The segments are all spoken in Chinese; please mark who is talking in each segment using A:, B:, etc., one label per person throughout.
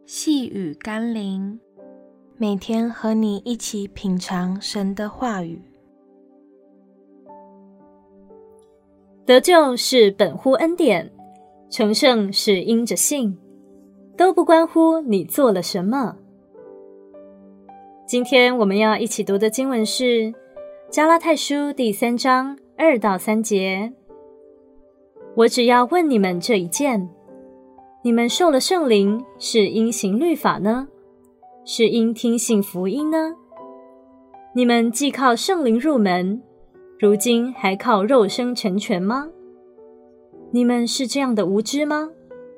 A: 细雨甘霖，每天和你一起品尝神的话语。
B: 得救是本乎恩典，成圣是因着信，都不关乎你做了什么。今天我们要一起读的经文是加拉太书第3章2到3节。我只要问你们这一件，你们受了圣灵，是因行律法呢？是因听信福音呢？你们既靠圣灵入门，如今还靠肉身成全吗？你们是这样的无知吗？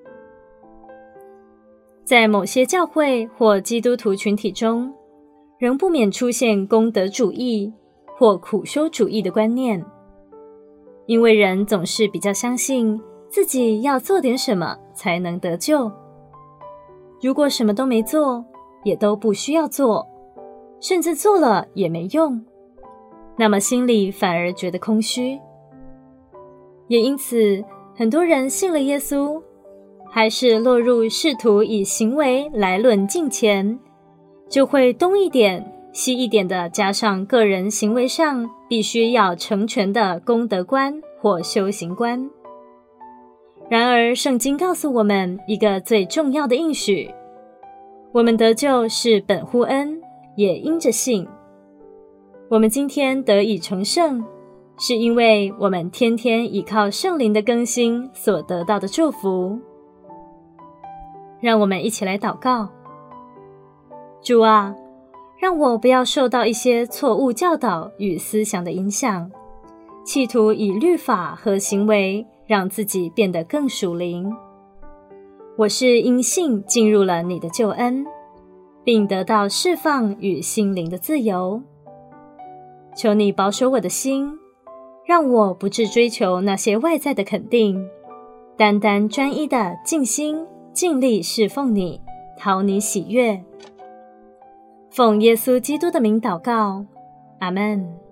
B: 在某些教会或基督徒群体中，仍不免出现功德主义或苦修主义的观念，因为人总是比较相信自己要做点什么才能得救，如果什么都没做，也都不需要做，甚至做了也没用，那么心里反而觉得空虚。也因此，很多人信了耶稣，还是落入试图以行为来论敬虔，就会东一点西一点的加上个人行为上必须要成全的功德观或修行观。然而圣经告诉我们一个最重要的应许，我们得救是本乎恩，也因着信。我们今天得以成圣，是因为我们天天倚靠圣灵的更新所得到的祝福。让我们一起来祷告。主啊，让我不要受到一些错误教导与思想的影响，企图以律法和行为让自己变得更属灵。我是因信进入了你的救恩，并得到释放与心灵的自由。求你保守我的心，让我不致追求那些外在的肯定，单单专一的尽心尽力侍奉你，讨你喜悦。奉耶稣基督的名祷告，阿们。